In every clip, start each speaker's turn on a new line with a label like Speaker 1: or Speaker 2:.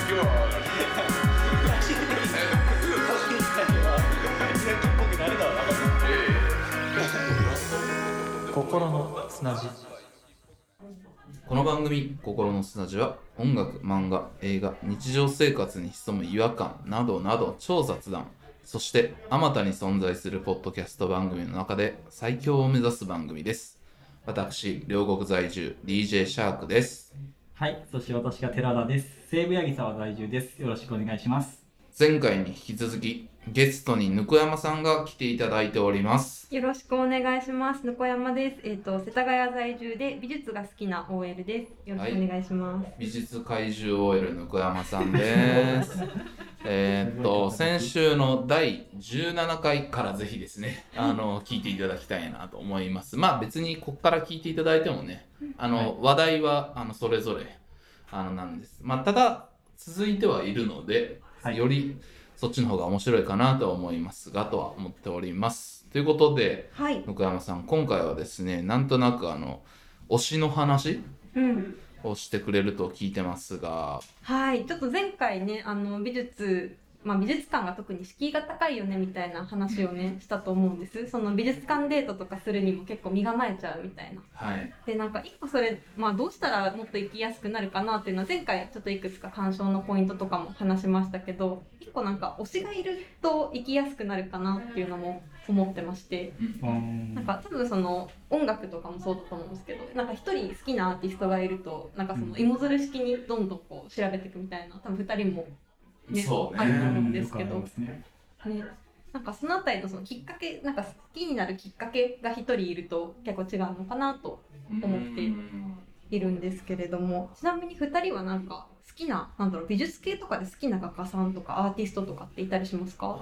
Speaker 1: 心の砂地。
Speaker 2: この番組心の砂地は音楽、漫画、映画、日常生活に潜む違和感などなど超雑談、そしてあまたに存在するポッドキャスト番組の中で最強を目指す番組です。私、両国在住 DJ シャークです。
Speaker 1: はい、そして私が寺田です。西武八木沢在住です。よろしくお願いします。
Speaker 2: 前回に引き続きゲストにぬこやまさんが来ていただいております。
Speaker 3: よろしくお願いします。ぬこやまです。世田谷在住で美術が好きな OL です。よろしくお願いします。
Speaker 2: はい、美術怪獣 OL ぬこやまさんです。先週の第17回からぜひですね、聞いていただきたいなと思います。まあ別にここから聞いていただいてもね、話題はそれぞれなんです。まあただ続いてはいるので、
Speaker 1: はい、
Speaker 2: よりそっちの方が面白いかなとは思いますがとは思っております。ということで、
Speaker 3: はい、
Speaker 2: ぬこやまさん今回はですね、なんとなく推しの話、をしてくれると聞いてますが、
Speaker 3: はい、ちょっと前回ね美術館が特に敷居が高いよねみたいな話をねしたと思うんです。その美術館デートとかするにも結構身構えちゃうみたいな。
Speaker 2: はい。
Speaker 3: でなんか一個それどうしたらもっと行きやすくなるかなっていうのは前回ちょっといくつか鑑賞のポイントとかも話しましたけど、一個なんか推しがいると行きやすくなるかなっていうのも思ってまして、なんか多分その音楽とかもそうだと思うんですけど、なんか一人好きなアーティストがいるとなんかその芋づる式にどんどんこう調べていくみたいな、多分2人もね、
Speaker 2: そうね、
Speaker 3: あると思うんですけど、
Speaker 1: ね、
Speaker 3: なんかそのあたりのそのきっかけ、なんか好きになるきっかけが一人いると結構違うのかなと思っているんですけれども、ちなみに2人はなんか好きな、美術系とかで好きな画家さんとかアーティストとかっていたりしますか？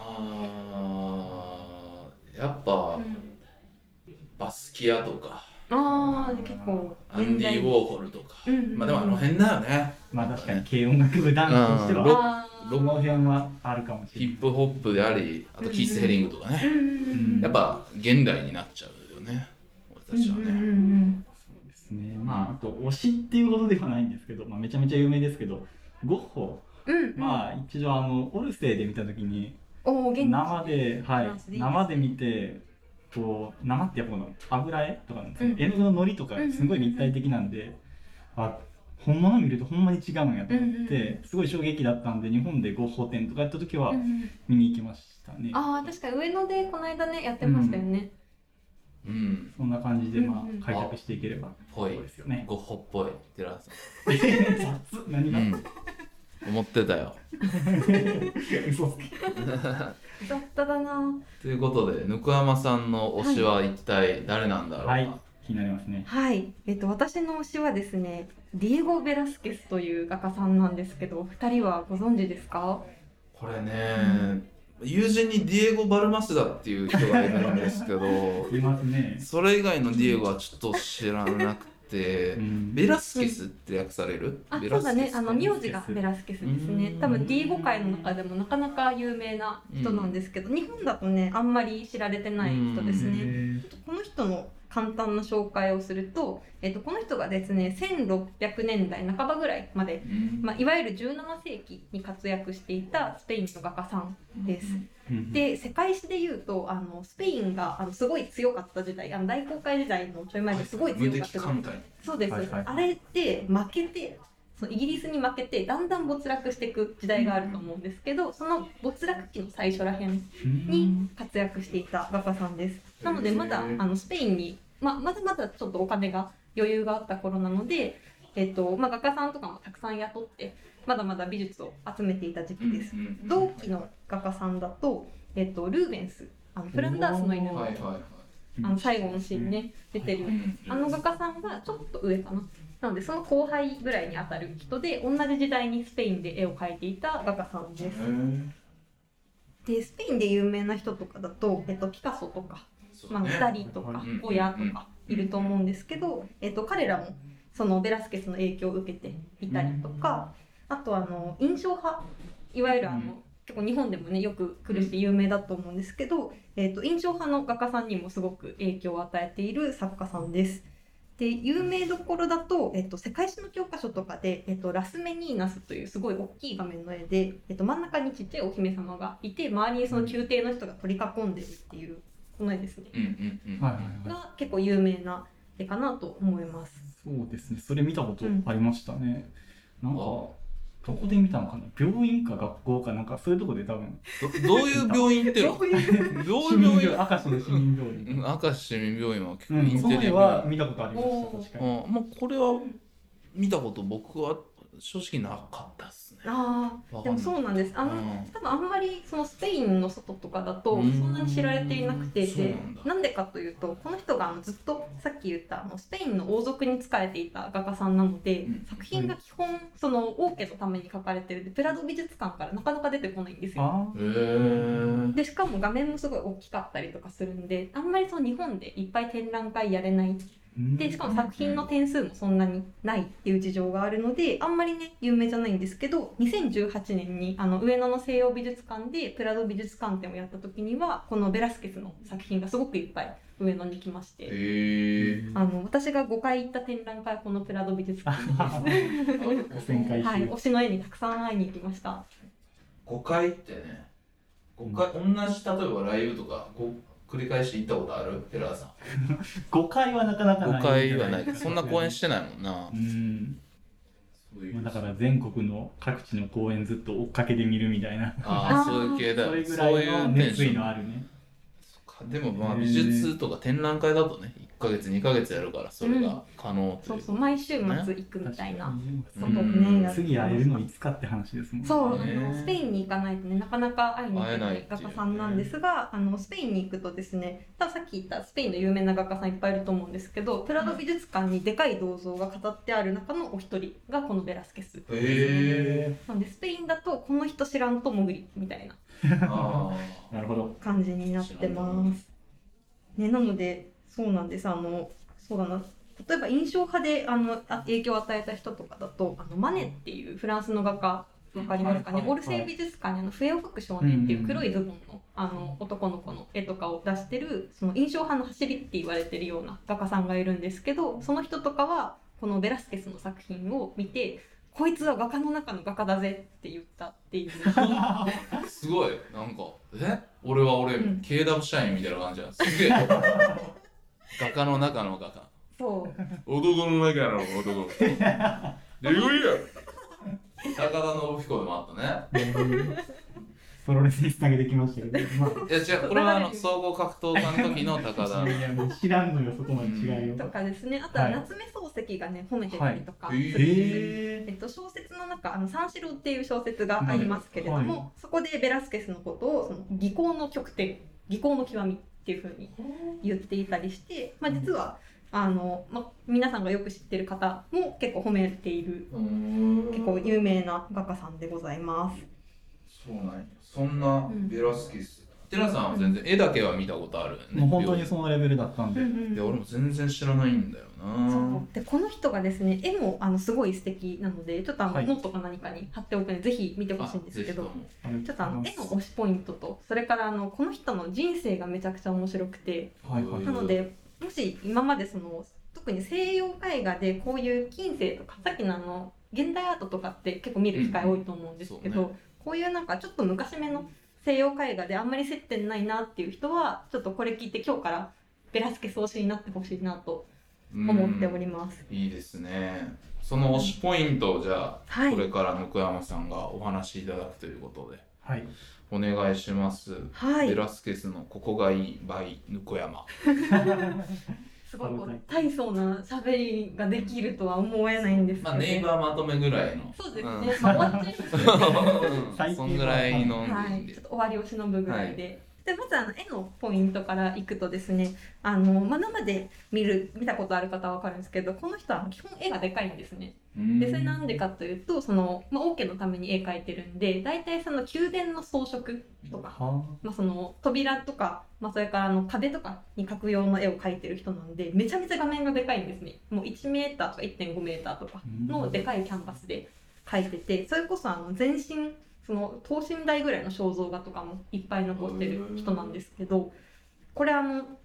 Speaker 2: やっぱ、バスキアとか、
Speaker 3: 結構
Speaker 2: アンディ・ウォーホルとか、まあでも辺だよね。
Speaker 1: まあ確かに軽音楽部団としてはその辺はあるかもしれない。
Speaker 2: ヒップホップであり、あとキース・ヘリングとかね、やっぱ現代になっちゃうよね、俺たちはね。
Speaker 1: そうですね。まああと推しっていうことではないんですけど、めちゃめちゃ有名ですけど、ゴッホ、一度オルセーで見た時に生で見て、生ってやっぱこの油絵とかなんですけど、絵の具のノリとかすごい立体的なんで、本物見るとほんまに違うんやと思って、すごい衝撃だったんで、日本でゴッホ展とかやった時は見に行きましたね。
Speaker 3: 確かに上野でこの間ねやってましたよね。
Speaker 1: そんな感じで開拓していければ
Speaker 2: そうですよね。ゴッホっぽい寺田さ
Speaker 1: ん。雑何が、
Speaker 2: 思ってたよ。
Speaker 1: 嘘つけ。
Speaker 3: 雑だな。
Speaker 2: ということで、ぬこやまさんの推しは一体誰なんだろうか。
Speaker 1: はい、気になりますね。
Speaker 3: はい、私の推しはですね、ディエゴ・ベラスケスという画家さんなんですけど、2人はご存知ですか？
Speaker 2: これね、友人にディエゴ・バルマスダっていう人がいるんですけど
Speaker 1: いますね。
Speaker 2: それ以外のディエゴはちょっと知らなくて、ベラスケスって訳される？
Speaker 3: そうだね、名字がベラスケスですね。多分ディエゴ界の中でもなかなか有名な人なんですけど、日本だとねあんまり知られてない人ですね。この人の簡単な紹介をすると、この人がですね1600年代半ばぐらいまで、いわゆる17世紀に活躍していたスペインの画家さんです。で世界史でいうとスペインがすごい強かった時代、大航海時代のちょい前ですごい強かった時代、そうです、あれで負けて、そのイギリスに負けてだんだん没落していく時代があると思うんですけど、その没落期の最初らへんに活躍していた画家さんです。なのでまだスペインに、まだまだちょっとお金が余裕があった頃なので、画家さんとかもたくさん雇ってまだまだ美術を集めていた時期です。同期の画家さんだと、ルーベンス、フランダースの犬の最後のシーンね出てる画家さんがちょっと上かな。なのでその後輩ぐらいにあたる人で、同じ時代にスペインで絵を描いていた画家さんです。でスペインで有名な人とかだと、ピカソとか、ダリとかゴヤとかいると思うんですけど、彼らもそのベラスケスの影響を受けていたりとか、あと印象派、いわゆる結構日本でもねよく来るし有名だと思うんですけど、印象派の画家さんにもすごく影響を与えている作家さんです。 で有名どころだと、世界史の教科書とかで、ラスメニーナスというすごい大きい画面の絵で、真ん中にちっちゃいお姫様がいて、周りにその宮廷の人が取り囲んでるっていうこの絵ですね、が結構有名な絵かなと思います。
Speaker 1: そうですね、それ見たことありましたね。なんかどこで見たのかな、病院か学校かなんかそういうとこで多分。
Speaker 2: どういう病院っての？
Speaker 1: 市民病院、明石の市民病院。
Speaker 2: 明石市民病院は結構インテリ
Speaker 1: その絵は見たことありました。確かに。
Speaker 2: まあこれは見たこと僕は正直なかったですね。
Speaker 3: でもそうなんです。多分あんまりそのスペインの外とかだとそんなに知られていなくて、なんでかというとこの人がずっとさっき言ったスペインの王族に仕えていた画家さんなので、作品が基本その王家のために描かれてるんで、プラド美術館からなかなか出てこないんですよ。でしかも画面もすごい大きかったりとかするんで、あんまりその日本でいっぱい展覧会やれない。でしかも作品の点数もそんなにないっていう事情があるので、あんまりね有名じゃないんですけど、2018年に上野の西洋美術館でプラド美術館展をやった時にはこのベラスケスの作品がすごくいっぱい上野に来まして、私が5回行った展覧会はこのプラド美術館ですはい、推しの絵にたくさん会いに行きました。
Speaker 2: 5回ってね、5回同じ例えばライブとか繰り返し行ったことある？寺田さん。
Speaker 1: 5回はなかなかない。
Speaker 2: 5回はない。そんな公演してないもんな。
Speaker 1: だから全国の各地の公演ずっと追っかけで見るみたいな。
Speaker 2: そういう系だ。
Speaker 1: それぐらいの熱意のあるね。
Speaker 2: でもまあ美術とか展覧会だとね、1ヶ月2ヶ月やるからそれが可能という、
Speaker 3: そう毎週末行くみたいな
Speaker 1: ことね。次会えるのいつかって話ですもんね。
Speaker 3: そうスペインに行かないとねなかなか会いに行けない画家さんなんですが、スペインに行くとですね、さっき言ったスペインの有名な画家さんいっぱいいると思うんですけど、プラド美術館にでかい銅像が飾ってある中のお一人がこのベラスケス。なんでスペインだとこの人知らんと潜りみたいな
Speaker 1: なるほど
Speaker 3: 感じになってますね。なのでそうなんです。そうだな、例えば印象派で影響を与えた人とかだとマネっていうフランスの画家わかりますかね、オルセイ美術館に笛を吹く少年っていう黒いズボンの男の子の絵とかを出してるその印象派の走りって言われてるような画家さんがいるんですけど、その人とかはこのベラスケスの作品を見て、こいつは画家の中の画家だぜって言ったっていう
Speaker 2: すごいなんか俺はKW 社員みたいな感じなんです。すげえ画家の中の画家、
Speaker 3: そう
Speaker 2: 男の中の男でよいや高田信彦でもあったね
Speaker 1: プロレスにつなげてきましたけど、い
Speaker 2: や違う、これは総合格闘家の時の高田
Speaker 1: 知らんのよそこまで違いよ、
Speaker 3: とかですね。あとは夏目漱石がね褒めてたりとかするんです。小説の中三四郎っていう小説がありますけれども、そこでベラスケスのことをその技巧の極点、技巧の極みっていう風に言っていたりして、実は皆さんがよく知ってる方も結構褒めている結構有名な画家さんでございます。
Speaker 2: そうなんや。そんなベラスケス、寺さんは全然絵だけは見たことある、ね、
Speaker 1: もう本当にそのレベルだったんで、
Speaker 2: で俺も全然知らないんだよな。
Speaker 3: そうでこの人がですね、絵もすごい素敵なので、ちょっとノートか何かに貼っておくのでぜひ見てほしいんですけど、ちょっと絵の推しポイントと、それからこの人の人生がめちゃくちゃ面白くて、なのでもし今まで特に西洋絵画でこういう近世とかさっきの現代アートとかって結構見る機会多いと思うんですけど、こういうなんかちょっと昔めの西洋絵画であんまり接点ないなっていう人はちょっとこれ聞いて今日からベラスケス推しになってほしいなと思っております。
Speaker 2: いいですね。その推しポイントをじゃあ、これから向山さんがお話しいただくということで、お願いします。ベラスケスのここがいい by 向山
Speaker 3: すごい大層な喋りができるとは思えないんですけど、
Speaker 2: ネイバーまとめぐらいの、
Speaker 3: そうですね、終わっちゃいます
Speaker 2: そんぐらいの
Speaker 3: ちょっと終わりを忍ぶぐらいで、でまず絵のポイントからいくとですね、生で見たことある方は分かるんですけど、この人は基本絵がでかいんですね。でそれなんでかというと王家のために絵描いてるんで、大体宮殿の装飾とか、扉とか、それから壁とかに描く用の絵を描いてる人なんで、めちゃめちゃ画面がでかいんですね。もう1メーターとか 1.5 メーターとかのでかいキャンバスで描いてて、それこそ全身等身大ぐらいの肖像画とかもいっぱい残ってる人なんですけど、これさ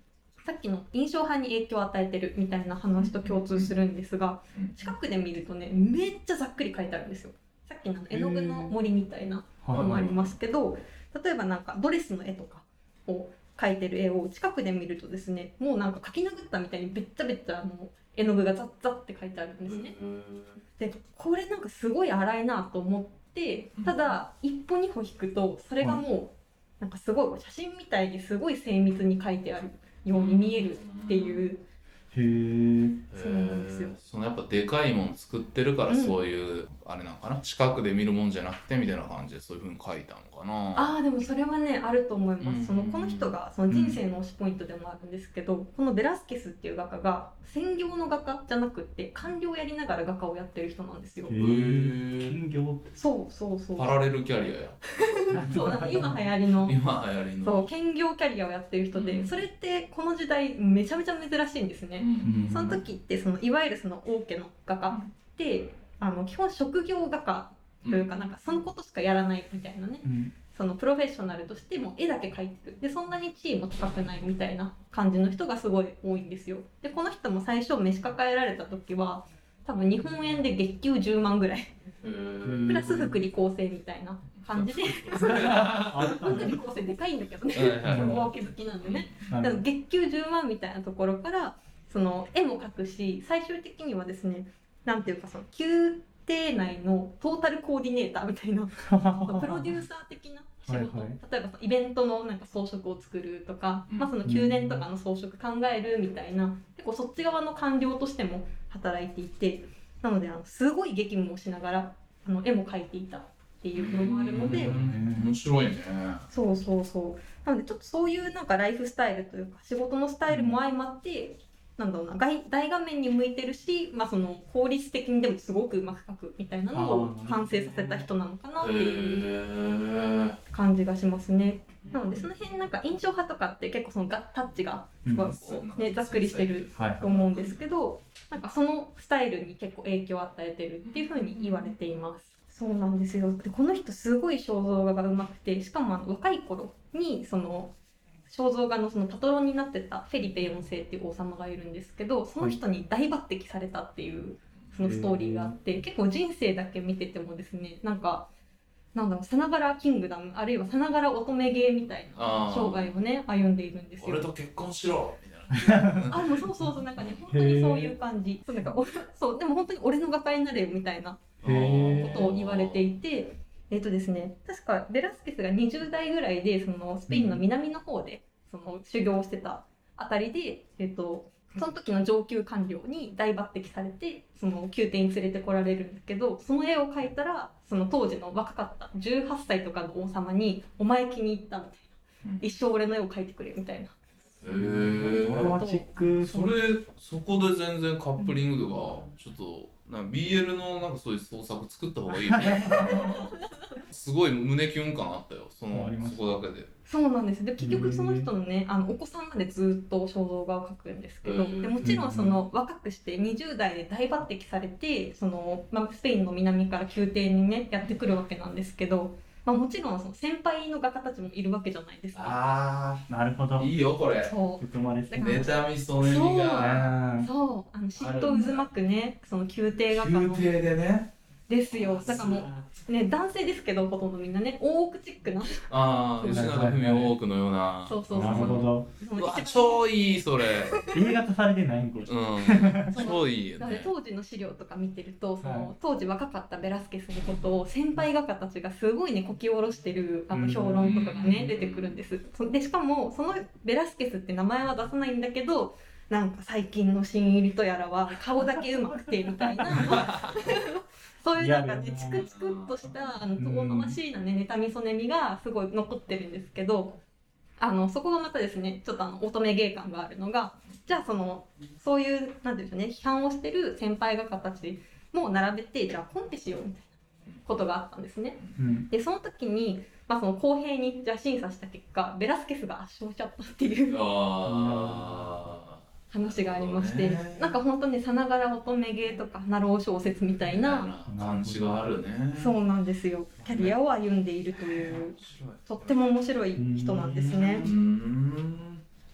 Speaker 3: さっきの印象派に影響を与えてるみたいな話と共通するんですが、近くで見るとねめっちゃざっくり描いてあるんですよ。さっきの絵の具の森みたいなのもありますけど、例えばなんかドレスの絵とかを描いてる絵を近くで見るとですね、もうなんか描き殴ったみたいにべっちゃべっちゃ絵の具がザッザッって描いてあるんですね。でこれなんかすごい荒いなと思って、ただ一歩二歩引くとそれがもうなんかすごい写真みたいにすごい精密に描いてあるように見えるっていう。
Speaker 1: へー、
Speaker 3: そうなんですよ。
Speaker 2: そのやっぱでかいもん作ってるからそういう、あれなのかな、近くで見るもんじゃなくてみたいな感じでそういう風に書いたのかな。
Speaker 3: でもそれはねあると思います。この人がその人生の推しポイントでもあるんですけど、このベラスケスっていう画家が専業の画家じゃなくって官僚やりながら画家をやってる人なんですよ。
Speaker 1: 兼業って。
Speaker 3: そう
Speaker 2: パラレルキャリアや。
Speaker 3: そうなんか今流行りの
Speaker 2: そう
Speaker 3: 兼業キャリアをやってる人で、それってこの時代めちゃめちゃ珍しいんですね。その時っていわゆるその王家の画家って基本職業画家というか、なんかそのことしかやらないみたいなね、そのプロフェッショナルとしても絵だけ描いてる、でそんなに地位も高くないみたいな感じの人がすごい多いんですよ。でこの人も最初召し抱えられた時は多分日本円で月給10万ぐらいプラス福利厚生みたいな感じで福利厚生でかいんだけどね大き好きなんでね、だから月給10万みたいなところからその絵も描くし、最終的にはですね、なんていうかその宮廷内のトータルコーディネーターみたいなプロデューサー的な仕事、例えばイベントのなんか装飾を作るとか、その宮殿とかの装飾考えるみたいな、結構そっち側の官僚としても働いていて、なのですごい激務をしながら絵も描いていたっていうのもあるので、
Speaker 2: 面白いね。
Speaker 3: そうなのでちょっとそういうなんかライフスタイルというか仕事のスタイルも相まって、なんだろうな、大画面に向いてるし、その効率的にでもすごくうまく描くみたいなのを完成させた人なのかなっていう感じがしますね。なのでその辺なんか印象派とかって結構そのタッチがすごいこう、ね、ざっくりしてると思うんですけど、なんかそのスタイルに結構影響を与えてるっていう風に言われています。そうなんですよ。でこの人すごい肖像画がうまくて、しかも若い頃にその肖像画のそのパトロンになってたフェリペ4世っていう王様がいるんですけど、その人に大抜擢されたっていうそのストーリーがあって、結構人生だけ見ててもですね、なんだろう、さながらキングダム、あるいはさながら乙女芸みたいな生涯をね歩んでいるんですよ。
Speaker 2: 俺と結婚しろみたいな。
Speaker 3: もうそうなんかね、本当にそういう感じ。なんかそうでも本当に俺の画家になれよみたいなことを言われていて、ですね、確かベラスケスが20代ぐらいでそのスペインの南の方でその修行をしてたあたりで、その時の上級官僚に大抜擢されてその宮廷に連れてこられるんだけど、その絵を描いたらその当時の若かった18歳とかの王様に「お前気に入った」みたいな「一生俺の絵を描いてくれ」みたいな。
Speaker 1: ドラマチック。
Speaker 2: そこで全然カップリングとかちょっとなんか BL のなんかそういう創作作った方がいいよね。すごい胸キュン感あったよ、そこだけで。
Speaker 3: そうなんです。で結局その人のねお子さんまでずっと肖像画を描くんですけど、でもちろんその若くして20代で大抜擢されてその、スペインの南から宮廷にねやってくるわけなんですけど、もちろんその先輩の画家たちもいるわけじゃないですか。
Speaker 1: なるほど。
Speaker 2: いいよこれ。
Speaker 3: そう
Speaker 2: 妬みそねみが。
Speaker 3: そう嫉妬渦巻くね、その宮廷画家の
Speaker 2: 宮廷でね。
Speaker 3: ですよ。だからもうね、男性ですけどほとんどみんなね大奥チックな
Speaker 2: 吉永文大奥のような。
Speaker 3: そう
Speaker 1: なるほど。
Speaker 2: うわ超いいそれ。
Speaker 1: 映画化されてないんこれ。
Speaker 2: 超いいよね。
Speaker 3: 当時の資料とか見てるとその当時若かったベラスケスのことを先輩画家たちがすごいねこき下ろしてる評論とかがね出てくるんです。でしかもそのベラスケスって名前は出さないんだけど、なんか最近の新入りとやらは顔だけうまくてみたいなそういうなんかねチクチクっとした遠回しいなね妬みそねみがすごい残ってるんですけど、そこがまたですねちょっと乙女芸感があるのが、じゃあそういうなんていうんでしょうね、批判をしてる先輩画家たちも並べてじゃあコンペしようみたいなことがあったんですね。でその時にその公平にじゃあ審査した結果ベラスケスが圧勝しちゃったっていう話がありまして、なんか本当ねさながら乙女芸とかナロー小説みたいな
Speaker 2: 感じがあるね。
Speaker 3: そうなんですよ。キャリアを歩んでいるというとっても面白い人なんですね。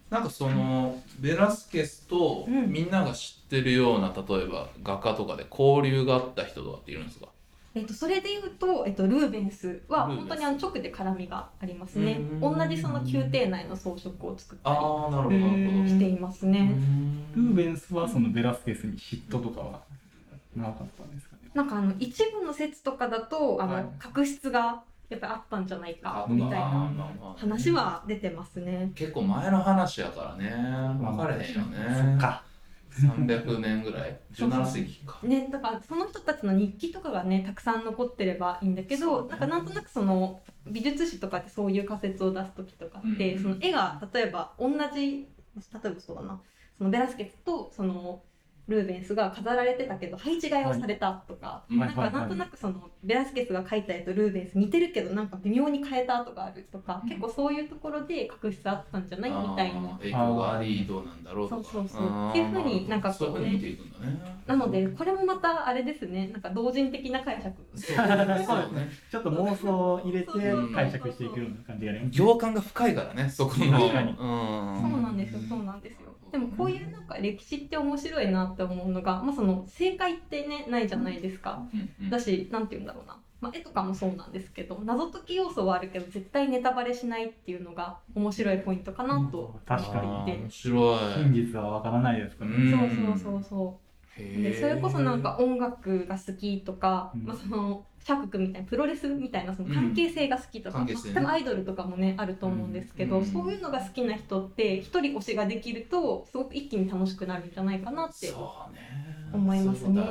Speaker 2: なんかそのベラスケスとみんなが知ってるような、例えば画家とかで交流があった人とかっているんですか？
Speaker 3: それで言うと、ルーベンスは本当に直で絡みがありますね。同じその宮廷内の装飾を作ったりしていますね。
Speaker 1: ルーベンスはそのベラスケスに嫉妬とかはなかったんですかね。
Speaker 3: なんか一部の説とかだと確執がやっぱりあったんじゃないかみたいな話は出てますね。
Speaker 2: 結構前の話やからね、分かれへんよね。そっか。300年ぐらい、17世紀か。
Speaker 3: ね、だからその人たちの日記とかがねたくさん残ってればいいんだけど、なんとなくその美術史とかってそういう仮説を出す時とかって、その絵が例えば同じ、例えばそうだな、そのベラスケスとそのルーベンスが飾られてたけど配置換えをされたとか、なんとなくそのベラスケスが描いた絵とルーベンス似てるけどなんか微妙に変えた跡があるとか、結構そういうところで確執あったんじゃないみたいな
Speaker 2: 影響がありどうなんだろうとか、
Speaker 3: そうっていうふうになんかこうね、なのでこれもまたあれですね、なんか同人的な解釈
Speaker 1: そうね、ちょっと妄想を入れて解釈していくような感じがあります。
Speaker 2: 行間が深いからね、そこの。
Speaker 1: 確かに。
Speaker 3: そうなんですよ、そうなんですよ。でもこういうなんか歴史って面白いなって思うのが、その正解ってねないじゃないですか。だし、なんて言うんだろうな、絵とかもそうなんですけど、謎解き要素はあるけど絶対ネタバレしないっていうのが面白いポイントかなと
Speaker 1: 確かに
Speaker 2: 面白い。
Speaker 1: 真実はわからないですから
Speaker 3: ね。そうで、それこそなんか音楽が好きとか、その社区みたいなプロレスみたいなその関係性が好きとか、多分アイドルとかもねあると思うんですけど、そういうのが好きな人って一人推しができるとすごく一気に楽しくなるんじゃないかなって思いますね。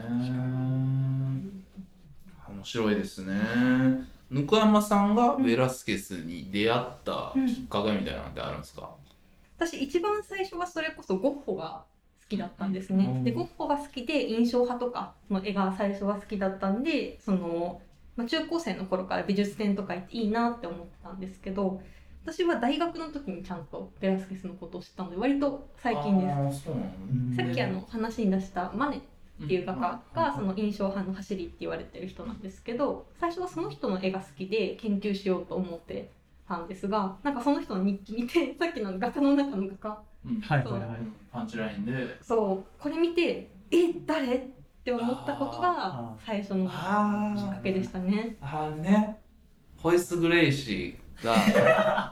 Speaker 2: 面白いですね。ぬ山さんがベラスケスに出会ったきっかけみたいなのってあるんですか？
Speaker 3: 私一番最初はそれこそゴッホが好きだったんですね。でゴッホが好きで印象派とかの絵が最初は好きだったんで、その、中高生の頃から美術展とか行っていいなって思ってたんですけど、私は大学の時にちゃんとベラスケスのことを知ったので割と最近です。さっき話に出したマネっていう画家がその印象派の走りって言われてる人なんですけど、最初はその人の絵が好きで研究しようと思ってたんですが、なんかその人の日記見て、さっきの画家の中の画家、
Speaker 2: パンチラインで
Speaker 3: これ見て誰って思ったことが最初のきっかけでしたね。
Speaker 2: ホイス・グレイシーが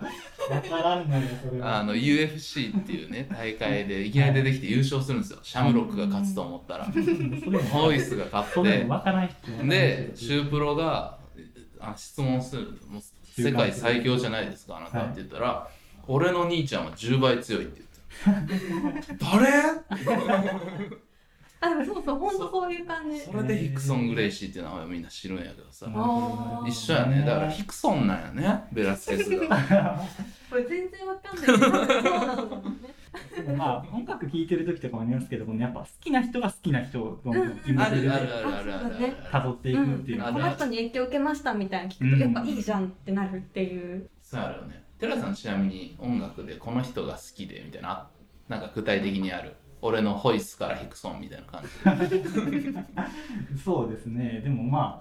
Speaker 2: UFC っていうね大会でいきなり出てきて優勝するんですよ。シャムロックが勝つと思ったらホイスが勝ってでシュープロが質問する、もう世界最強じゃないですかあなたって言ったら、俺の兄ちゃんは10倍強いって言って誰
Speaker 3: そう本当そういう感じ。
Speaker 2: それでヒクソン・グレイシーっていう名前をみんな知るんやけどさ、一緒やね。だからヒクソンなんやね、ベラスケスが。
Speaker 3: これ全然わかんないけど、そうなんだもんね。
Speaker 1: 音楽聴いてる時とかもありますけど、やっぱ好きな人が好きな人をどんどん気持ちで辿っていくっていう、
Speaker 3: この人に影響を受けましたみたいな聞くとやっぱいいじゃんってなるっていう。
Speaker 2: そうやろね。寺さんちなみに音楽でこの人が好きでみたいな、なんか具体的にある？俺のホイスからヒクソンみたいな感じ
Speaker 1: そうですね。でも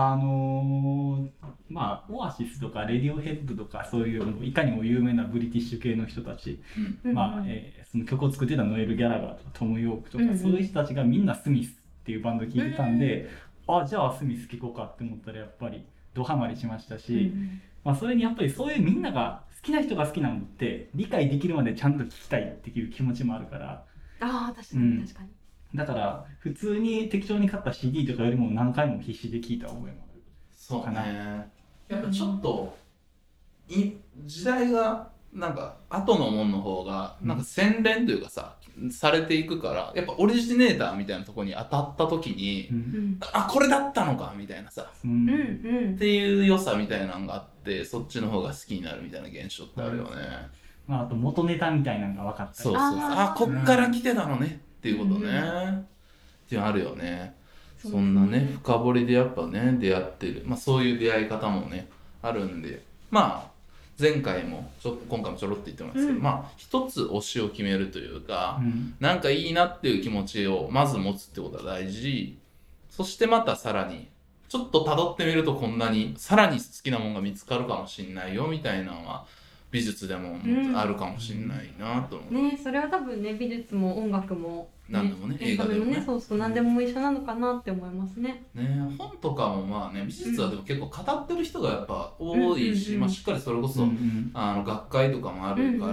Speaker 1: オアシスとかレディオヘッドとかそういういかにも有名なブリティッシュ系の人たち、その曲を作ってたノエル・ギャラガーとかトム・ヨークとか、そういう人たちがみんなスミスっていうバンド聴いてたんで、じゃあスミス聴こうかって思ったらやっぱりドハマりしましたし、それにやっぱりそういうみんなが好きな人が好きなのって理解できるまでちゃんと聴きたいっていう気持ちもあるから。
Speaker 3: 確かに確かに。
Speaker 1: だから普通に適当に買った CD とかよりも何回も必死で聴いた覚えもある。
Speaker 2: そうね。やっぱちょっと時代がなんか後のもんの方がなんか洗練というかされていくから、やっぱオリジネーターみたいなところに当たった時に、これだったのかみたいなさ、っていう良さみたいなのがあって、そっちの方が好きになるみたいな現象ってあるよね。
Speaker 1: あと元ネタみたいなのが分かったり、
Speaker 2: こっから来てたのねっていうことね、っていうのあるよね。そんなね深掘りでやっぱね出会ってる、そういう出会い方もねあるんで、前回も今回もちょろっと言ってますけど、一つ推しを決めるというか、なんかいいなっていう気持ちをまず持つってことは大事。そしてまたさらにちょっと辿ってみるとこんなにさらに好きなものが見つかるかもしれないよみたいなのは美術でもあるかもしれないなと思う、
Speaker 3: ね、それは多分ね美術も音楽も、
Speaker 2: ね、何でもね映画でもね
Speaker 3: そうそう何でも一緒なのかなって思いますね。
Speaker 2: 本とかもまあね美術はでも結構語ってる人がやっぱ多いし、まあ、しっかりそれこそ、学会とかもあるから、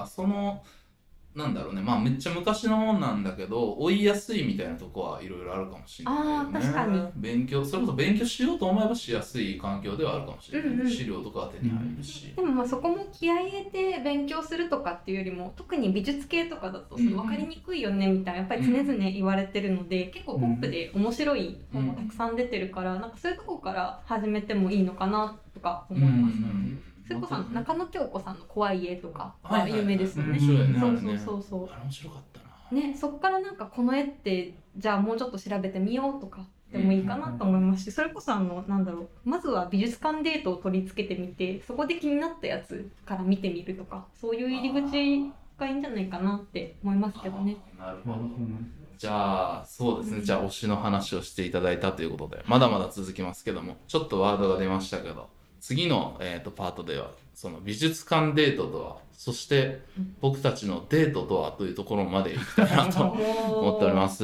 Speaker 2: そのなんだろうね、まあめっちゃ昔のもんなんだけど追いやすいみたいなとこはいろいろあるかもしれないよね。
Speaker 3: 確かに
Speaker 2: それこそ勉強しようと思えばしやすい環境ではあるかもしれない、資料とかは手に入るし、
Speaker 3: でもまあそこも気合い入れて勉強するとかっていうよりも特に美術系とかだとその分かりにくいよねみたいなやっぱり常々言われてるので、結構ポップで面白い本もたくさん出てるから、なんかそういうとこから始めてもいいのかなとか思います。それこそ中野京子さんの怖い家とかは有名ですよね。そう
Speaker 2: あれ面白かったな。
Speaker 3: ね、そこからなんかこの絵ってじゃあもうちょっと調べてみようとかでもいいかなと思いますし、それこそなんだろう、まずは美術館デートを取り付けてみてそこで気になったやつから見てみるとか、そういう入り口がいいんじゃないかなって思いますけどね。
Speaker 2: なるほど。じゃあそうですね、じゃあ推しの話をしていただいたということでまだまだ続きますけども、ちょっとワードが出ましたけど、次の、パートではその美術館デートとは、そして僕たちのデートとはというところまでいきたいなと思っております。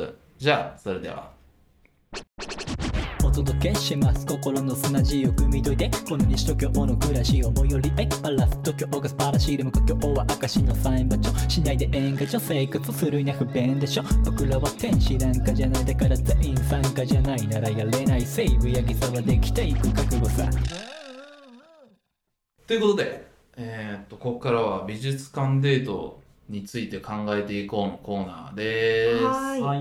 Speaker 2: じゃあそれでは
Speaker 4: お届けします。心の砂地を汲み解いてこの西東京の暮らしを最寄りへバラす。東京が素晴らしいでも故郷は証のサイン場所。しないで演歌女生活するには不便でしょ。僕らは天使なんかじゃない、だから全員参加じゃないならやれない。西武八木沢できていく覚悟さ。
Speaker 2: ということで、ここからは美術館デートについて考えていこうのコーナーです。
Speaker 3: はい。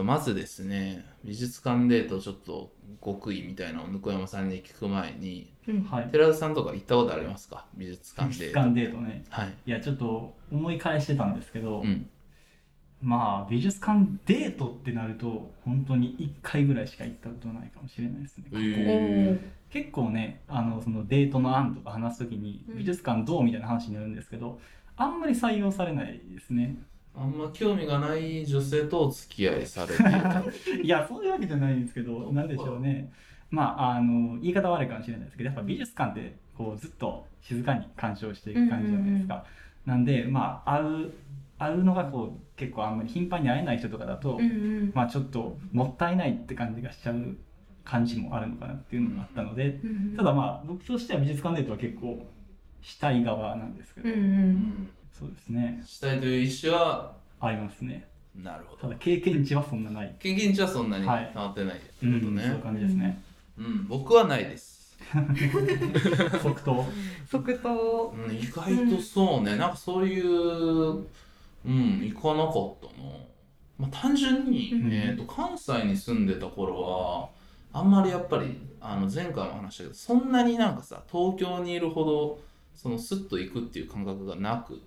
Speaker 2: まずですね、美術館デートちょっと極意みたいなのをぬこやまさんに聞く前に、寺田さんとか行ったことありますか？美術館デート。
Speaker 1: 美術館デートね。
Speaker 2: はい。
Speaker 1: いやちょっと思い返してたんですけど、まあ美術館デートってなると本当に1回ぐらいしか行ったことないかもしれないですね。結構ね、そのデートの案とか話すときに美術館どうみたいな話になるんですけど、あんまり採用されないですね。
Speaker 2: あんま興味がない女性とお付き合いされている。
Speaker 1: いやそういうわけじゃないんですけど、なんでしょうね。まあ言い方悪いかもしれないですけど、やっぱ美術館ってこうずっと静かに鑑賞していく感じじゃないですか。なんでまあ会うのがこう結構あんまり頻繁に会えない人とかだと、まあちょっともったいないって感じがしちゃう感じもあるのかなっていうのがあったので、ただまあ僕としては美術館デートは結構したい側なんですけど、そうですね。
Speaker 2: したいという意思は
Speaker 1: ありますね。
Speaker 2: なるほど。
Speaker 1: ただ経験値はそんなない。
Speaker 2: 経験値はそんなに溜まってないってことね。
Speaker 1: そういう感じですね。
Speaker 2: 僕はないです。
Speaker 1: 即答。
Speaker 2: 意外とそうね、なんかそういう行かなかったな。まあ、単純に、関西に住んでた頃はあんまりやっぱり前回も話したけど、そんなになんかさ東京にいるほどそのスッと行くっていう感覚がなくって、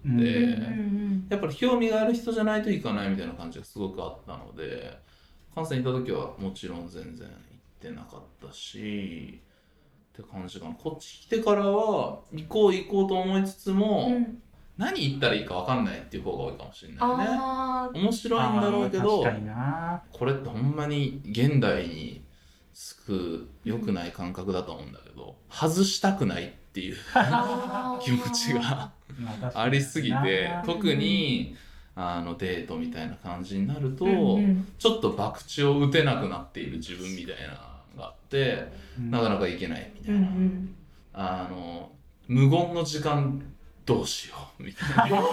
Speaker 2: やっぱり興味がある人じゃないと行かないみたいな感じがすごくあったので、関西にいた時はもちろん全然行ってなかったしって感じかな。こっち来てからは行こうと思いつつも、何言ったらいいか分かんないっていう方が多いかもしれないね。面白いんだろうけど、これってほんまに現代につく良くない感覚だと思うんだけど、外したくないっていう気持ちがありすぎて、特にデートみたいな感じになると、ちょっと博打を打てなくなっている自分みたいなのがあって、なかなかいけないみたいな、無言の時間どうしようみたいな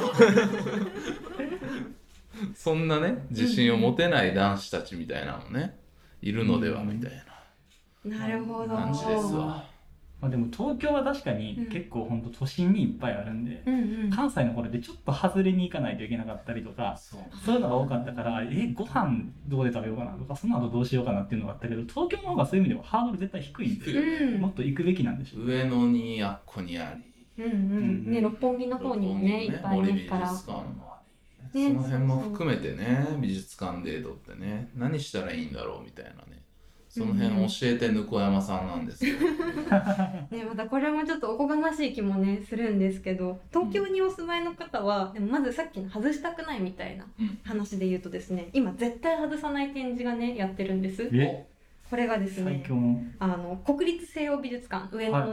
Speaker 2: そんなね自信を持てない男子たちみたいなのねいるのではみたいな感じですわ。
Speaker 1: まあ、でも東京は確かに結構ほんと都心にいっぱいあるんで、関西の頃でちょっと外れに行かないといけなかったりとか、そういうのが多かったから、ご飯どうで食べようかなとか、その後どうしようかなっていうのがあったけど、東京の方がそういう意味ではハードル絶対低いんで、もっと行くべきなんでしょう。
Speaker 2: 上野にあっこにあり、
Speaker 3: ね、六本木の方にもねいっぱいありますから、
Speaker 2: その辺も含めてね、美術館デートってね、何したらいいんだろうみたいなね、その辺教えてぬこやまさんなんですけど、
Speaker 3: ね、またこれもちょっとおこがましい気もねするんですけど、東京にお住まいの方はでもまずさっきの外したくないみたいな話で言うとですね、今絶対外さない展示がねやってるんです。これがですね、国立西洋美術館上野のね、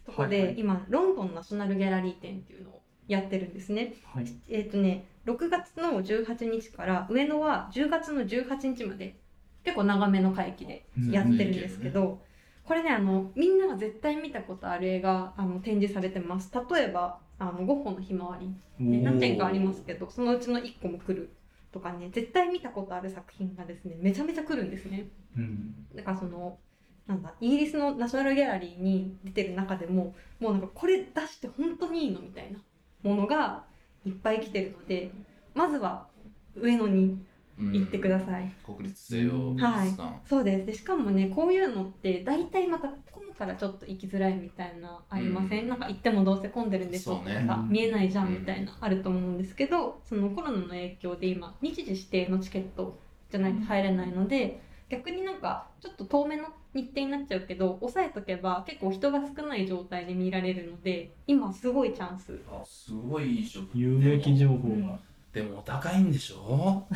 Speaker 3: とこで、今ロンドンナショナルギャラリー展っていうのをやってるんですね。
Speaker 1: はい、
Speaker 3: 6月の18日から上野は10月の18日まで結構長めの会期でやってるんですけど、これねみんなが絶対見たことある映画展示されてます。例えばゴッホのひまわり、何点かありますけどそのうちの1個も来るとかね、絶対見たことある作品がですねめちゃめちゃ来るんですね。だからイギリスのナショナルギャラリーに出てる中でももうなんかこれ出して本当にいいのみたいなものがいっぱい来てるので、まずは上野に行ってください。
Speaker 2: 国立西洋美術館、
Speaker 3: はい、そうです。でしかもねこういうのって大体また混むからちょっと行きづらいみたいなありません？なんか行ってもどうせ混んでるんでしょとかさ、見えないじゃんみたいなあると思うんですけど、そのコロナの影響で今日時指定のチケットじゃないと入れないので、逆になんかちょっと遠めの日程になっちゃうけど抑えとけば結構人が少ない状態で見られるので今すごいチャンス。
Speaker 2: すごいいい情報。
Speaker 1: 有益情報が。
Speaker 2: でもお高いんでしょ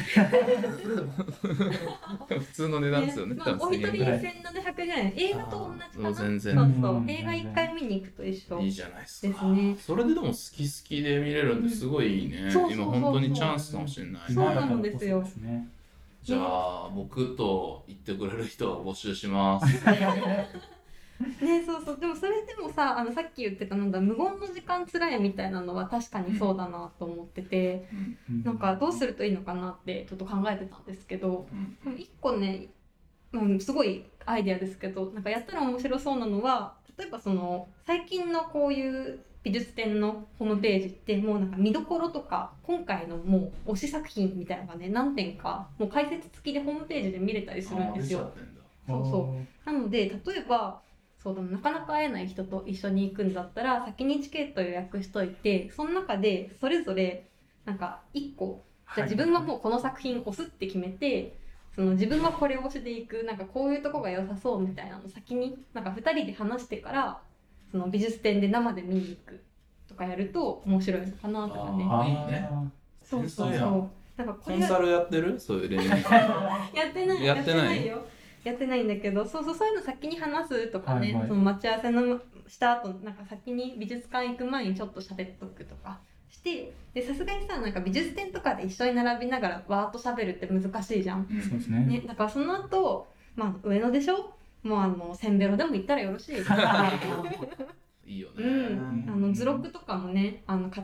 Speaker 2: 普通の値段ですよね。
Speaker 3: お一人1700円、映画と同じかな。
Speaker 2: 全然
Speaker 3: そう映画1回見に行くと一緒
Speaker 2: いいじゃないですか。
Speaker 3: ですね。
Speaker 2: それででも好きで見れるんですごいいいね。今本当にチャンスかもしれない。
Speaker 3: そうなんですよ。
Speaker 2: じゃあ僕と言ってくれる人を募集します。
Speaker 3: ね、そうでもそれでもささっき言ってた無言の時間つらいみたいなのは確かにそうだなと思ってて、なんかどうするといいのかなってちょっと考えてたんですけど、一個ね、すごいアイデアですけどなんかやったら面白そうなのは、例えば最近のこういう美術展のホームページってもうなんか見どころとか今回のもう推し作品みたいなのがね何点かもう解説付きでホームページで見れたりするんですよ。なので例えばなかなか会えない人と一緒に行くんだったら先にチケット予約しといて、その中でそれぞれなんか1個じゃあ自分はもうこの作品推すって決めて、自分はこれ推しで行くなんかこういうとこが良さそうみたいなの先になんか2人で話してから美術展で生で見に行くとかやると面白いのかなとかね。
Speaker 2: いいね。
Speaker 3: そう
Speaker 2: なんかコンサルやってる？そういう恋愛
Speaker 3: やってないよ。やってないんだけど、そういうの先に話すとかね、待ち合わせのした後なんか先に美術館行く前にちょっと喋っとくとかして、でさすがにさなんか美術展とかで一緒に並びながらわーっと喋るって難しいじゃん。
Speaker 1: そうですね。
Speaker 3: だからその後上野でしょ、もうせんべろでも行ったらよろしい。
Speaker 2: いいよね。
Speaker 3: 図録とかもね買って、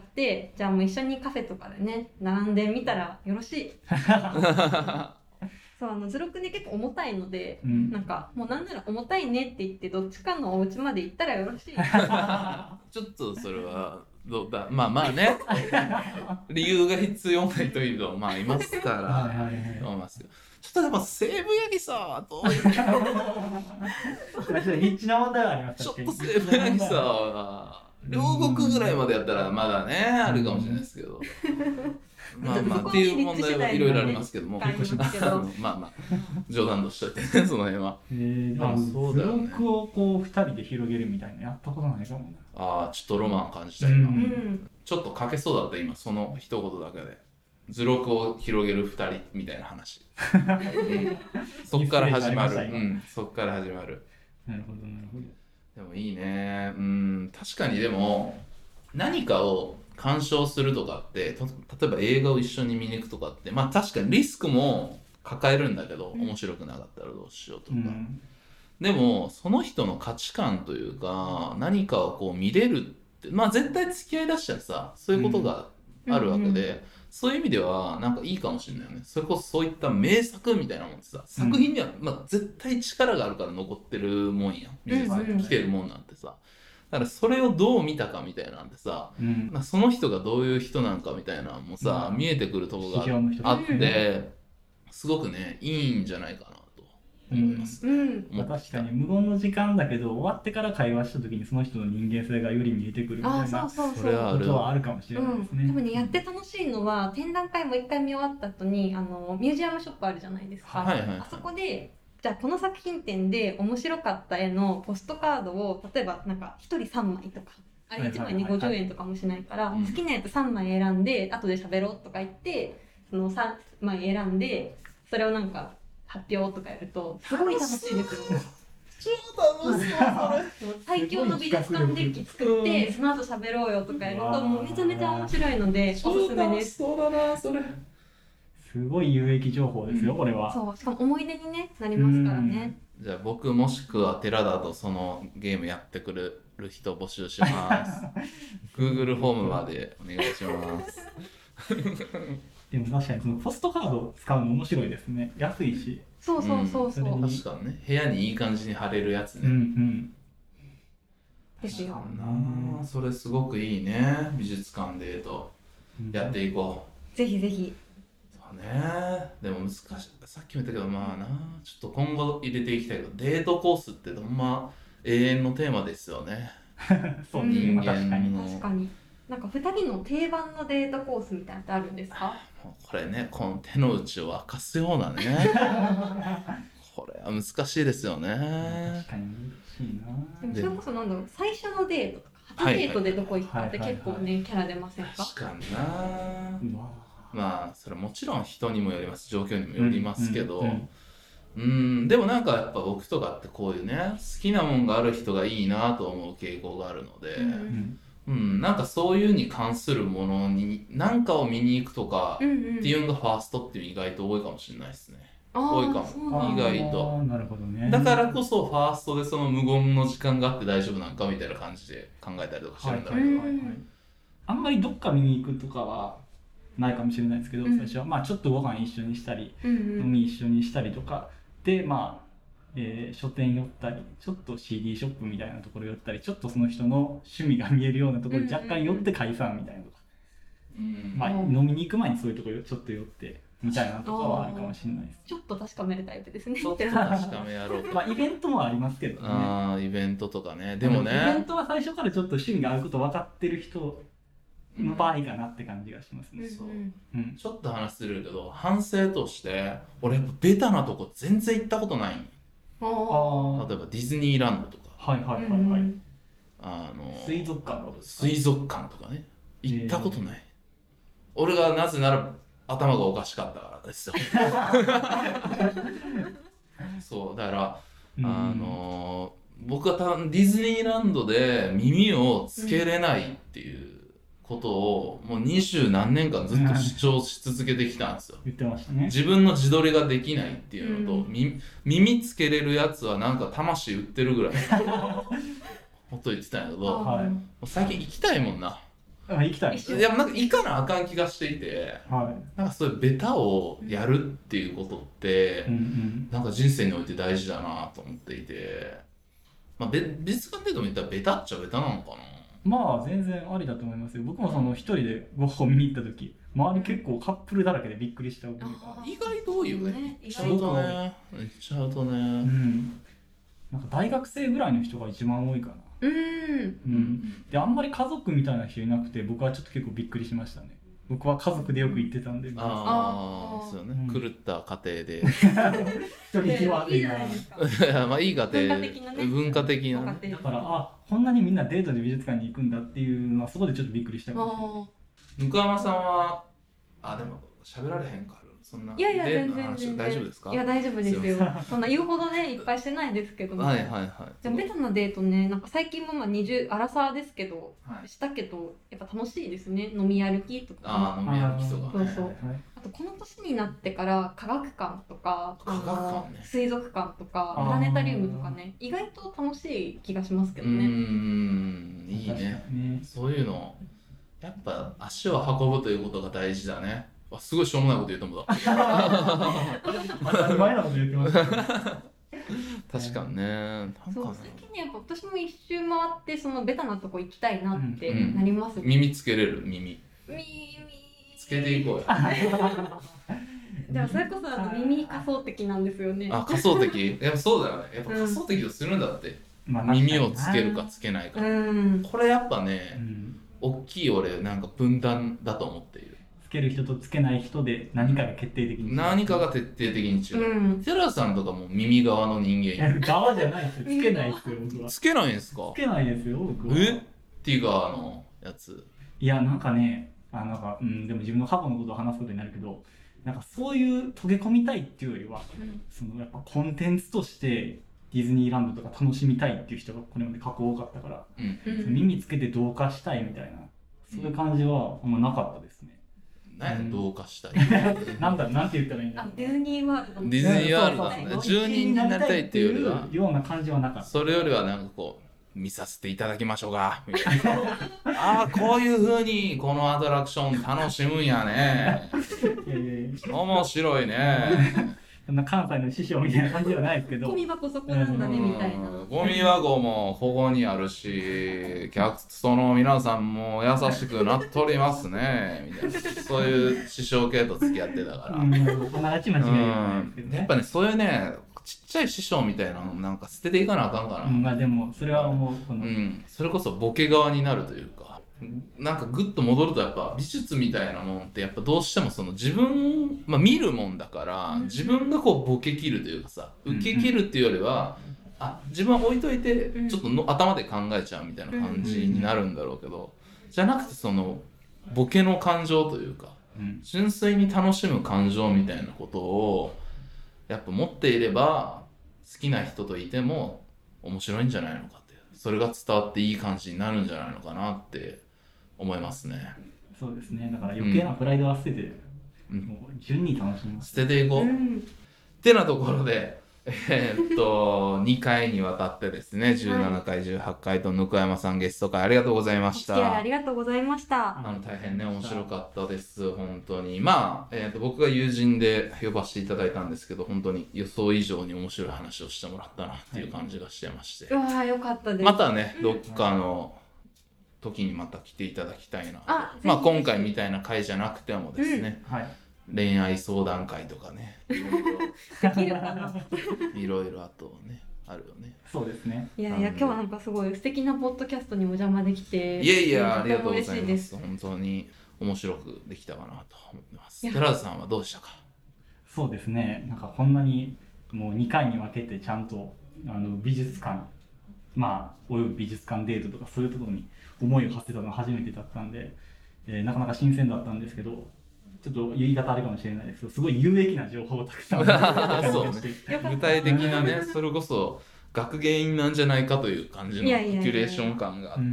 Speaker 3: じゃあもう一緒にカフェとかでね並んでみたらよろしい。そう図録ね結構重たいので、なんかもうなんなら重たいねって言ってどっちかのお家まで行ったらよろしい。
Speaker 2: ちょっとそれはどうだ、まあね理由が必要ないというのはいますから思いますけど、ちょっとやっぱ西武八木さどういう
Speaker 1: ニッチな問題はあります。
Speaker 2: ちょっと西武八木さは両国ぐらいまでやったらまだねあるかもしれないですけど。まあっていう問題はいろいろありますけども、まあ冗談としといてねその辺は。
Speaker 1: そうだよね。図録をこう2人で広げるみたいなやったことないかもな。
Speaker 2: ちょっとロマン感じた今。ちょっと書けそうだった今その一言だけで。図録を広げる2人みたいな話。そっから始まる。そっから始まる。
Speaker 1: なるほど。
Speaker 2: でもいいね。確かにでも何かを鑑賞するとかって例えば映画を一緒に見に行くとかって確かにリスクも抱えるんだけど、面白くなかったらどうしようとか、でもその人の価値観というか何かをこう見れるって絶対付き合いだしたらさそういうことがあるわけで、そういう意味ではなんかいいかもしれないよね。それこそそういった名作みたいなもんってさ、作品には絶対力があるから残ってるもんやん。美術に来てるもんなんてさ、だからそれをどう見たかみたいなんてさ、その人がどういう人なんかみたいなのもさ、見えてくるところがあってすごくねいいんじゃないかなと思います。
Speaker 1: 確かに無言の時間だけど終わってから会話した時にその人の人間性がより見えてくるみたいなことはあるかもしれないですね。
Speaker 3: でもねやって楽しいのは展覧会も1回見終わった後にミュージアムショップあるじゃないですか。あそこでじゃあこの作品展で面白かった絵のポストカードを例えばなんか1人3枚とかあれ1枚に50円とかもしないから、好きなやつ3枚選んで後で喋ろうとか言ってその3枚選んでそれをなんか発表とかやるとすごい楽しいですよ。
Speaker 2: 超楽しそう
Speaker 3: 最強の美術館デッキ作ってその後喋ろうよとかやるともうめちゃめちゃ面白いのでおすすめです。
Speaker 2: そうだなそれ。
Speaker 1: すごい有益情報ですよ、これは。
Speaker 3: そう、しかも思い出に、ね、なりますからね。
Speaker 2: じゃあ僕もしくは寺田とそのゲームやってくれる人募集します。Google フォームまでお願いします。
Speaker 1: でも確かにそのポストカードを使うの面白いですね。安いし。
Speaker 3: そう。確か
Speaker 2: にね、部屋にいい感じに貼れるやつね。
Speaker 3: ですよ。
Speaker 2: それすごくいいね。美術館デートやっていこ
Speaker 3: う。ぜひぜひ。
Speaker 2: そうね。でも難しい。さっきも言ったけどまあな、ちょっと今後入れていきたいけど、デートコースってどんま永遠のテーマですよね。
Speaker 1: そう、
Speaker 2: 人間の。
Speaker 3: 確かに。なんか2人の定番のデートコースみたいなのってあるんですか？
Speaker 2: これね、この手の内を明かすようなね。これは難しいですよね。
Speaker 1: 確かに難しいな。
Speaker 3: でもそれこそなんだろう、最初のデートとか初デートでどこ行くかって結構ね、キャラ出ませんか？
Speaker 2: 確かにな。まあそれもちろん人にもよります、状況にもよりますけど、でもなんかやっぱ僕とかってこういうね、好きなもんがある人がいいなと思う傾向があるので、なんかそういうに関するものに何かを見に行くとかっていうのがファーストっていう意外と多いかもしれないですね。多いかも、意外と。
Speaker 1: なるほどね。
Speaker 2: だからこそファーストでその無言の時間があって大丈夫なんかみたいな感じで考えたりとかしてるんだろうけど、
Speaker 1: あんまりどっか見に行くとかはないかもしれないですけど、最初はまあちょっとご飯一緒にしたり、飲み一緒にしたりとかで、まあ書店寄ったり、ちょっと CD ショップみたいなところ寄ったり、ちょっとその人の趣味が見えるようなところに若干寄って解散みたいなとか、まあ飲みに行く前にそういうところちょっと寄ってみたいなとかはあるかもしれないです。
Speaker 3: ちょっと確かめるタイプですね。
Speaker 2: ちょっと確かめやろうと。
Speaker 1: まあイベントもありますけどね。
Speaker 2: イベントとかね。でもね、
Speaker 1: イベントは最初からちょっと趣味が合うこと分かってる人の場合かなって感じがしますね。
Speaker 2: そう。ちょっと話するけど、反省として俺やっぱベタなとこ全然行ったことない。例えばディズニーランドとか、
Speaker 1: 水族館
Speaker 2: とかね、行ったことない。俺がなぜなら頭がおかしかったからですよ。そうだから僕はディズニーランドで耳をつけれないっていうことをもう20何年間ずっと主張し続けてきたんですよ。
Speaker 1: 言ってましたね。
Speaker 2: 自分の自撮りができないっていうのと、耳つけれるやつはなんか魂売ってるぐらいほっと言ってたんやけど、最近行きたいもんな。
Speaker 1: 行きたい。
Speaker 2: いやなんか行かなあかん気がしていて、なんかそういうベタをやるっていうことって、なんか人生において大事だなと思っていて、まあ美術館でも言ったらベタっちゃベタなのかな。
Speaker 1: まあ全然ありだと思いますよ。僕もその一人でゴッホ見に行った時、周り結構カップルだらけでびっくりした覚えが。
Speaker 2: 意外と多いよね。行っちゃうとね。
Speaker 1: なんか大学生ぐらいの人が一番多いかな。であんまり家族みたいな人いなくて、僕はちょっと結構びっくりしましたね。僕は家族でよく行ってたんで。
Speaker 2: そうね。狂った家庭で。
Speaker 1: 一人気悪いな。
Speaker 2: まあいい家庭。文化的な。
Speaker 1: だからこんなにみんなデートで美術館に行くんだっていうのはそこでちょっとびっくりしたかもしれない。
Speaker 2: 向山さんはでも喋られへんから。そんな
Speaker 3: 全然
Speaker 2: 大丈夫ですか？
Speaker 3: いや大丈夫ですよ。そんな言うほどねいっぱいしてないですけども。じゃベタなデートね、なんか最近もまあ20アラサーですけど、したけどやっぱ楽しいですね。飲み歩きとか。
Speaker 2: 飲み歩きとか。
Speaker 3: そう。あとこの年になってから科学館とか、水族館とかプラネタリウムとかね、意外と楽しい気がしますけどね。
Speaker 2: いいね。そういうのやっぱ足を運ぶということが大事だね。すごいしょうもないこと言うと思うだ。
Speaker 1: 当たり前なこと言ってます。
Speaker 2: 確かにね。
Speaker 3: そう最近ねやっぱ私も一周回ってそのベタなとこ行きたいなってなりますね。
Speaker 2: 耳つけれる耳つけていこうよ。
Speaker 3: じゃあそれこそ耳仮想的なんですよね。
Speaker 2: 仮想的？やっぱそうだよね。やっぱ仮想的をするんだって。耳をつけるかつけないか。これやっぱね、大きい俺なんか分断だと思っている。
Speaker 1: つける人とつけない人で何かが決定的に違う。
Speaker 2: 何かが徹底的に違う。テラさんとかも耳側の人間。
Speaker 1: 側じゃないですよ。つけないですよ僕は。
Speaker 2: つけないんですか？
Speaker 1: つけないですよ僕は。
Speaker 2: ティガーのやつ。
Speaker 1: いやなんかねでも自分の過去のことを話すことになるけど、なんかそういう溶け込みたいっていうよりは、そのやっぱコンテンツとしてデディズニーランドとか楽しみたいっていう人がこれまで過去多かったから、耳つけて同化したいみたいなそういう感じはあんまなかったですね。
Speaker 2: 何同化したい
Speaker 1: なんて言ったらいいんだろう。
Speaker 3: ディズニーワールド。
Speaker 2: ディズニーワールドだね。住人になりたいっていうよりは
Speaker 1: ような感じはなかった。
Speaker 2: それよりはなんかこう見させていただきましょうかみたいなああこういう風にこのアトラクション楽しむんやね面白いね
Speaker 1: そんな関西の師匠みたいな感じではないですけど、
Speaker 3: ゴミ箱そこなんだねみたいな。
Speaker 2: ゴミ箱もここにあるし、客層の皆さんも優しくなっとりますねみたいな、そういう師匠系と付き合ってたから、やっぱねそういうねちっちゃい師匠みたいなのなんか捨てていかなあかんかな。
Speaker 1: まあでもそれは思う。
Speaker 2: それこそボケ側になるというか。なんかグッと戻るとやっぱ美術みたいなもんってやっぱどうしてもその自分、見るもんだから自分がこうボケ切るというかさ受け切るっていうよりは自分は置いといてちょっと頭で考えちゃうみたいな感じになるんだろうけど、じゃなくてそのボケの感情というか純粋に楽しむ感情みたいなことをやっぱ持っていれば好きな人といても面白いんじゃないのかっていう、それが伝わっていい感じになるんじゃないのかなって思いますね。
Speaker 1: そうですね。だから余計なプライドは捨てて、もう順に楽しみます。
Speaker 2: 捨てていこう。ってなところで、2回にわたってですね、17回、18回とぬくやまさんゲスト会ありがとうございました。
Speaker 3: ありがとうございました。
Speaker 2: 大変ね、面白かったです。本当に。僕が友人で呼ばせていただいたんですけど、本当に予想以上に面白い話をしてもらったなっていう感じがしてまして。
Speaker 3: うわー、よかったです。
Speaker 2: またね、どっかの時にまた来ていただきたいな。今回みたいな回じゃなくてもですね、恋愛相談会とかね、いろいろあとねあるよね。
Speaker 1: そうですね。
Speaker 3: いや今日はなんかすごい素敵なポッドキャストにお邪魔できて、
Speaker 2: いやありがとうございます。本当に面白くできたかなと思ってます。寺田さんはどうでしたか？
Speaker 1: そうですね。なんかこんなにもう2回に分けてちゃんと美術館および美術館デートとかそういうところに思いを馳せたのが初めてだったんで、なかなか新鮮だったんですけど、ちょっと言い方あれかもしれないですけど、すごい有益な情報をたくさん
Speaker 2: そうね、具体的なね、それこそ学芸員なんじゃないかという感じのキュレーション感があって、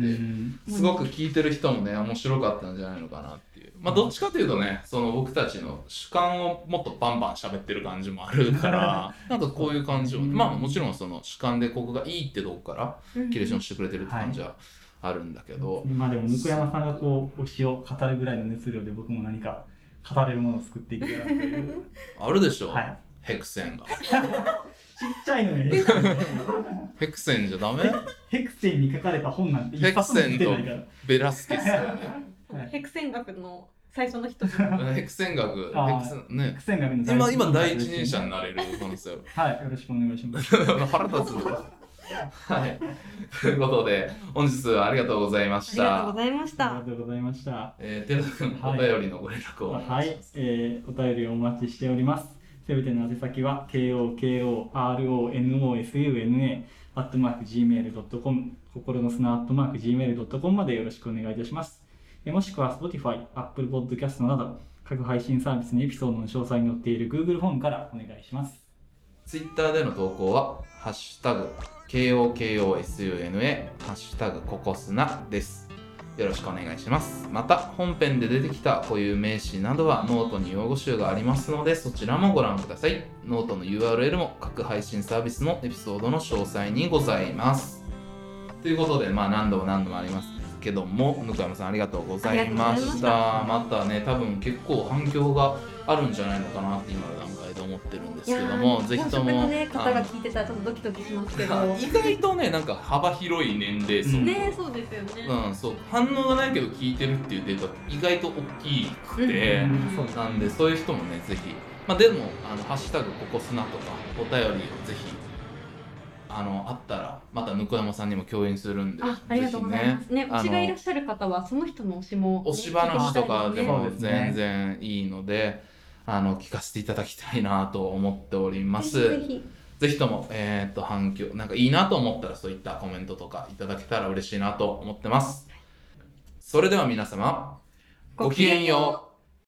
Speaker 2: すごく聞いてる人もね面白かったんじゃないのかなっていう。どっちかというとね、その僕たちの主観をもっとバンバン喋ってる感じもあるからなんかこういう感じを、もちろんその主観でここがいいってとこからキュレーションしてくれてるって感じはあるんだけど、
Speaker 1: でもぬくやまさんがこう推しを語るぐらいの熱量で僕も何か語れるものを作っていけたらという
Speaker 2: あるでしょ、ヘクセンがちっ
Speaker 1: ちゃいのに
Speaker 2: ヘクセンじゃダメ？
Speaker 1: ヘクセンに書かれた本なんて
Speaker 2: ヘクセンとベラスケス
Speaker 3: ヘクセン学の最初の人
Speaker 2: ヘクセン学
Speaker 1: ヘクセン学の
Speaker 2: 今第一人者になれる可能性ある。
Speaker 1: よろしくお願いします
Speaker 2: 腹立つということで本日はありがとうございました。
Speaker 3: ありがとうございました。
Speaker 1: ありがとうございました。
Speaker 2: 寺田君、お便りのご連絡をお願いします。
Speaker 1: お便りをお待ちしております。すべての宛先は kokorosuna@gmail.com 心の砂@gmail.com までよろしくお願いいたします。もしくは Spotify、Apple Podcast など各配信サービスのエピソードの詳細に載っている Google フォームからお願いします。
Speaker 2: Twitter での投稿はハッシュタグ KOKOSUNA ハッシュタグココスナです。よろしくお願いします。また本編で出てきた固有名詞などはノートに用語集がありますのでそちらもご覧ください。ノートの URL も各配信サービスのエピソードの詳細にございます。ということで何度もありますけども、ぬかやまさんありがとうございました。またね多分結構反響があるんじゃないのかなって今の段階で思ってるんですけども、ぜひとも
Speaker 3: 方が聞いてたらちょっとドキドキしますけど
Speaker 2: 意外とねなんか幅広い年齢層
Speaker 3: ね、そうですよね。
Speaker 2: そう反応がないけど聞いてるっていうデータ意外と大きくて、なんでそういう人もねぜひでもハッシュタグココスナとかお便りをぜひあったらまたぬくやまさんにも共有するんで、
Speaker 3: ありがとうございますね。推しがいらっしゃる方はその人の推しも、
Speaker 2: 推し話とかでも全然いいので、聞かせていただきたいなと思っております。ぜひとも反響なんかいいなと思ったらそういったコメントとかいただけたら嬉しいなと思ってます。それでは皆様ごきげんよう。